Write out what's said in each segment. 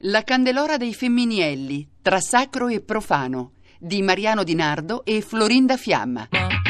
La Candelora dei Femminielli, tra sacro e profano, di Mariano Di Nardo e Florinda Fiamma.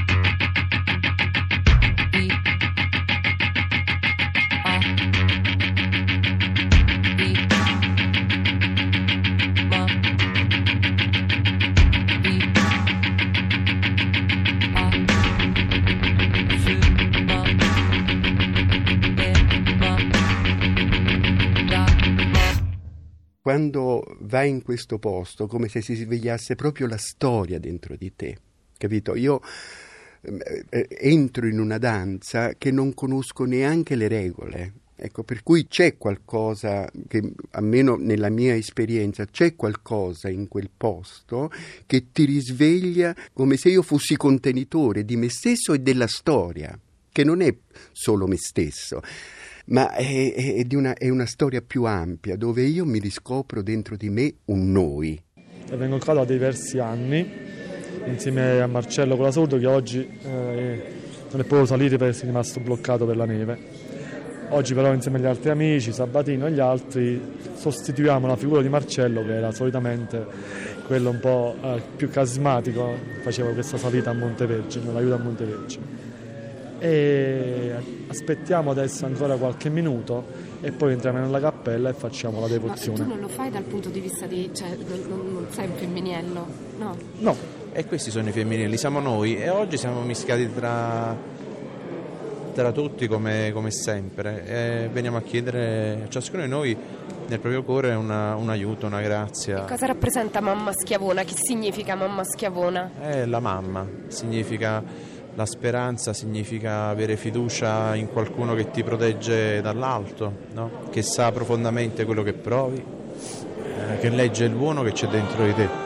Quando vai in questo posto, come se si svegliasse proprio la storia dentro di te, capito? Io entro in una danza che non conosco neanche le regole, ecco, per cui c'è qualcosa che, almeno nella mia esperienza, c'è qualcosa in quel posto che ti risveglia come se io fossi contenitore di me stesso e della storia, che non è solo me stesso, ma è una storia più ampia, dove io mi riscopro dentro di me un noi. Vengo qua da diversi anni, insieme a Marcello Colasurdo, che oggi non è potuto salire perché è rimasto bloccato per la neve. Oggi però insieme agli altri amici, Sabatino e gli altri, sostituiamo la figura di Marcello, che era solitamente quello un po' più carismatico, faceva questa salita a Montevergine, l'aiuto a Montevergine. E aspettiamo adesso ancora qualche minuto e poi entriamo nella cappella e facciamo la devozione. Ma tu non lo fai dal punto di vista di... cioè non sei un femminiello, no? No. E questi sono i femminili, siamo noi, e oggi siamo mischiati tra tutti come sempre, e veniamo a chiedere a ciascuno di noi nel proprio cuore un aiuto, una grazia. Cosa rappresenta mamma schiavona? Che significa mamma schiavona? La mamma significa la speranza, significa avere fiducia in qualcuno che ti protegge dall'alto, no? Che sa profondamente quello che provi, che legge il buono che c'è dentro di te.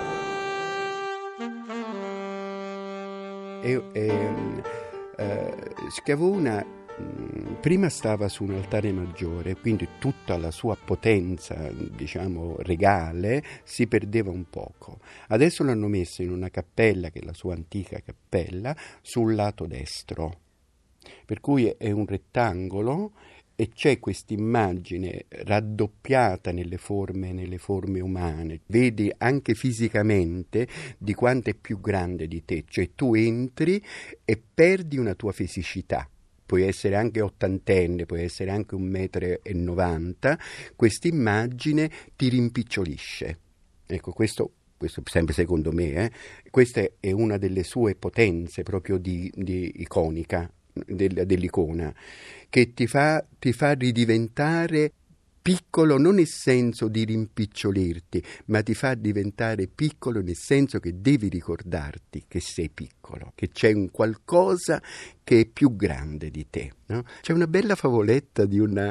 Schiavona prima stava su un altare maggiore, quindi tutta la sua potenza, diciamo, regale si perdeva un poco. Adesso l'hanno messo in una cappella, che è la sua antica cappella, sul lato destro, per cui è un rettangolo e c'è questa immagine raddoppiata nelle forme umane. Vedi anche fisicamente di quanto è più grande di te, cioè tu entri e perdi una tua fisicità. Puoi essere anche ottantenne, puoi essere anche 1,90 m, questa immagine ti rimpicciolisce. Ecco, questo sempre secondo me, questa è una delle sue potenze proprio di iconica, dell'icona, che ti fa ridiventare piccolo non nel senso di rimpicciolirti, ma ti fa diventare piccolo nel senso che devi ricordarti che sei piccolo, che c'è un qualcosa che è più grande di te, no? C'è una bella favoletta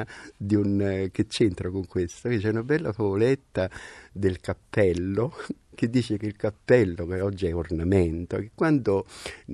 che c'entra con questo, c'è una bella favoletta del cappello che dice che il cappello, che oggi è ornamento, che quando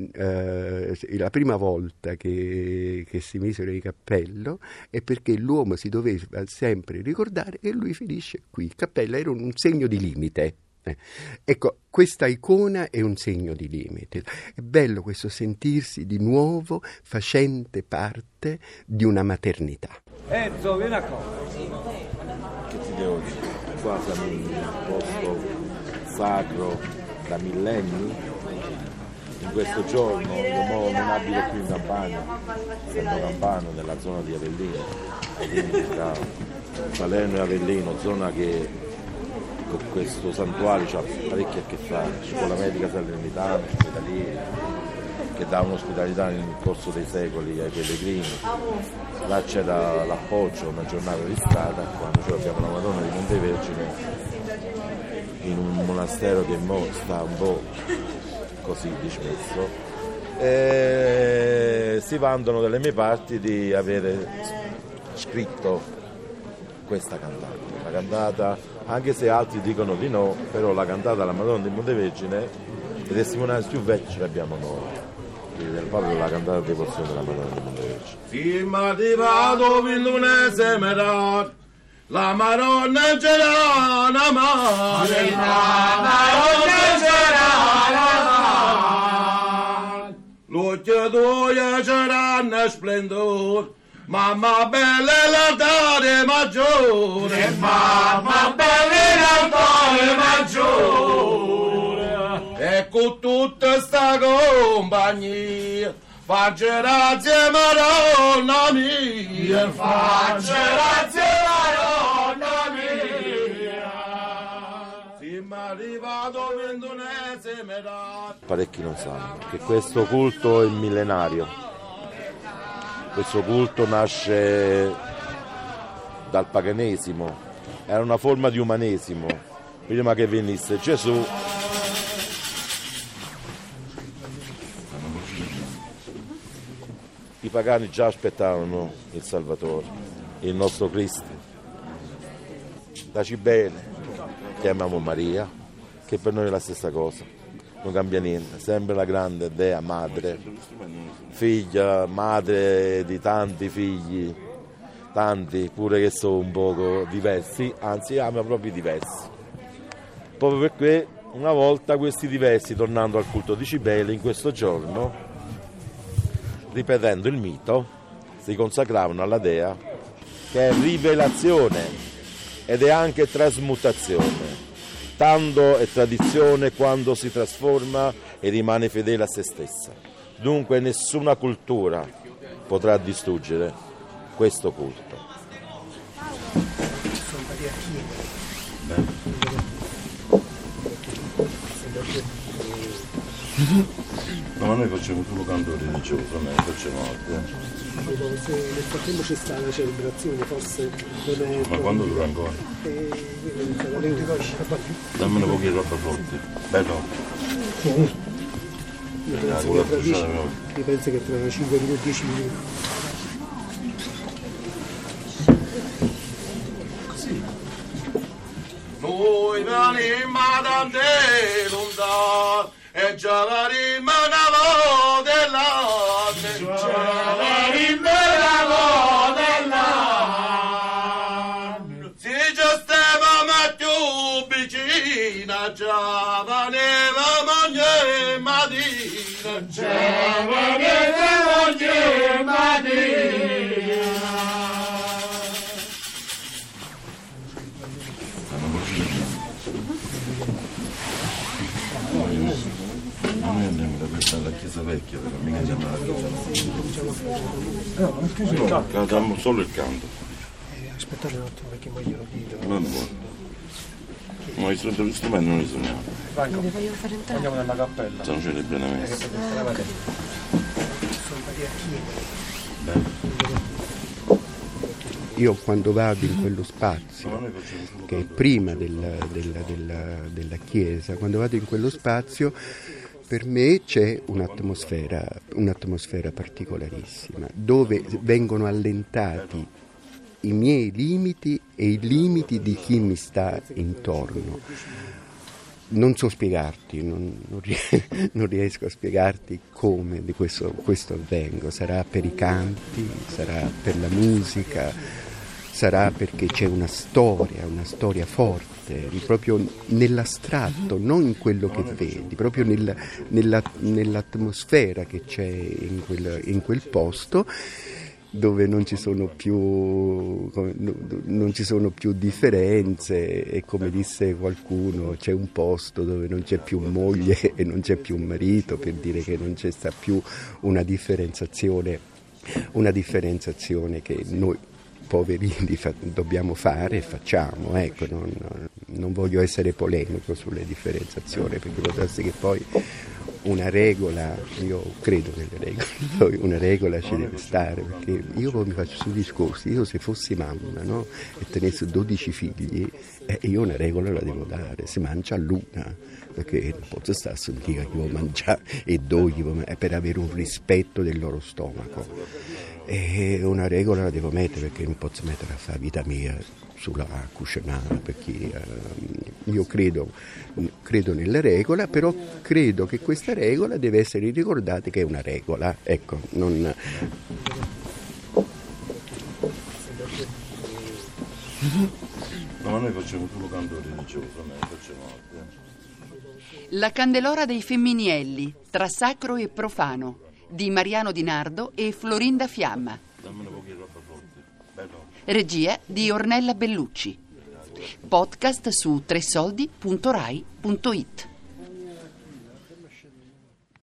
la prima volta che si misero il cappello è perché l'uomo si doveva sempre ricordare e lui finisce qui. Il cappello era un segno di limite. Ecco, questa icona è un segno di limite. È bello questo sentirsi di nuovo facente parte di una maternità. Enzo, vieni a qua. Che ti devo dire? Qua siamo in un posto sacro da millenni. In questo giorno io non abito qui in Campania, essendo campano nella zona di Avellino, quindi tra Salerno e Avellino, zona che con questo santuario ha parecchio a che fare, scuola medica salernitana, ospedalieri, che dà un'ospitalità nel corso dei secoli ai pellegrini. Là c'era l'appoggio, una giornata di strada, quando ci abbiamo la Madonna di Montevergine in un monastero che sta un po' così dismesso. Si vantano dalle mie parti di avere scritto questa cantata. La cantata, anche se altri dicono di no, però la cantata alla Madonna di Montevergine, le testimonianze più vecchie ce l'abbiamo noi. Proprio la cantata devozione della Madonna di Montevergine. Firma di vado vindunese merat, la Madonna c'era una mare, la Madonna c'era una mare, l'occhio tuo c'era un splendor, Mamma bella è l'altare maggiore, mamma bella è l'altare maggiore, e con tutta sta compagnia faccio grazie Madonna mia, faccio grazie Madonna mia, siamo arrivato ventunesime data. Parecchi non sanno che questo culto è millenario. Questo culto nasce dal paganesimo, era una forma di umanesimo, prima che venisse Gesù. I pagani già aspettavano il Salvatore, il nostro Cristo. Da Cibele chiamiamo Maria, che per noi è la stessa cosa, non cambia niente, sempre la grande dea madre, figlia, madre di tanti figli, tanti pure che sono un poco diversi, anzi ama proprio diversi. Proprio perché una volta questi diversi, tornando al culto di Cibele, in questo giorno, ripetendo il mito, si consacravano alla dea, che è rivelazione ed è anche trasmutazione. Tanto è tradizione quando si trasforma e rimane fedele a se stessa. Dunque nessuna cultura potrà distruggere questo culto. No, ma noi facciamo solo canto religioso, non facciamo altro. Se nel frattempo c'è stata la celebrazione, forse non è... Ma quando dura ancora? Dammene pochi roba forti. Bello? Io penso che tra 5 minuti, 10 minuti. Così. Noi veniamo da te lontano e già veniamo una volta là, già veniamo una volta là. Si già stavamo più vicina, già venivamo ogni mattina, già venivamo ogni mattina. Noi andiamo da questa alla chiesa vecchia, però mica andiamo alla chiesa nuova. No, cantiamo solo il canto. Aspettate un attimo perché poi glielo dico. Non vuoi. Ma gli strumenti non li suoniamo. Franco, Andiamo nella cappella. Se non c'è le bene messe. Io quando vado in quello spazio, che è prima della chiesa, quando vado in quello spazio, per me c'è un'atmosfera particolarissima, dove vengono allentati i miei limiti e i limiti di chi mi sta intorno. Non so spiegarti, non riesco a spiegarti come di questo avvenga. Sarà per i canti, sarà per la musica, sarà perché c'è una storia forte, proprio nell'astratto, non in quello che vedi, proprio nell'atmosfera che c'è in quel posto, dove non ci sono più differenze, e come disse qualcuno, c'è un posto dove non c'è più moglie e non c'è più marito, per dire che non c'è sta più una differenziazione che noi poverini dobbiamo fare e facciamo. Ecco, non voglio essere polemico sulle differenziazioni, perché può darsi che poi una regola, io credo nelle regole, una regola ci deve stare, perché io poi mi faccio su discorsi, io se fossi mamma, no, e tenessi 12 figli, io una regola la devo dare, si mangia all'una, perché non posso stare a sentire che devo mangiare e dove per avere un rispetto del loro stomaco. E una regola la devo mettere, perché non posso mettere a fare vita mia sulla cucinare, perché io credo nella regola, però credo che questa regola deve essere ricordata che è una regola, ecco, non... No, ma noi facciamo solo canto religioso, non facciamo altro. La Candelora dei Femminielli, tra sacro e profano, di Mariano Di Nardo e Florinda Fiamma. dammene pochi troppo forti. Bello. Regia di Ornella Bellucci. Podcast su 3soldi.rai.it.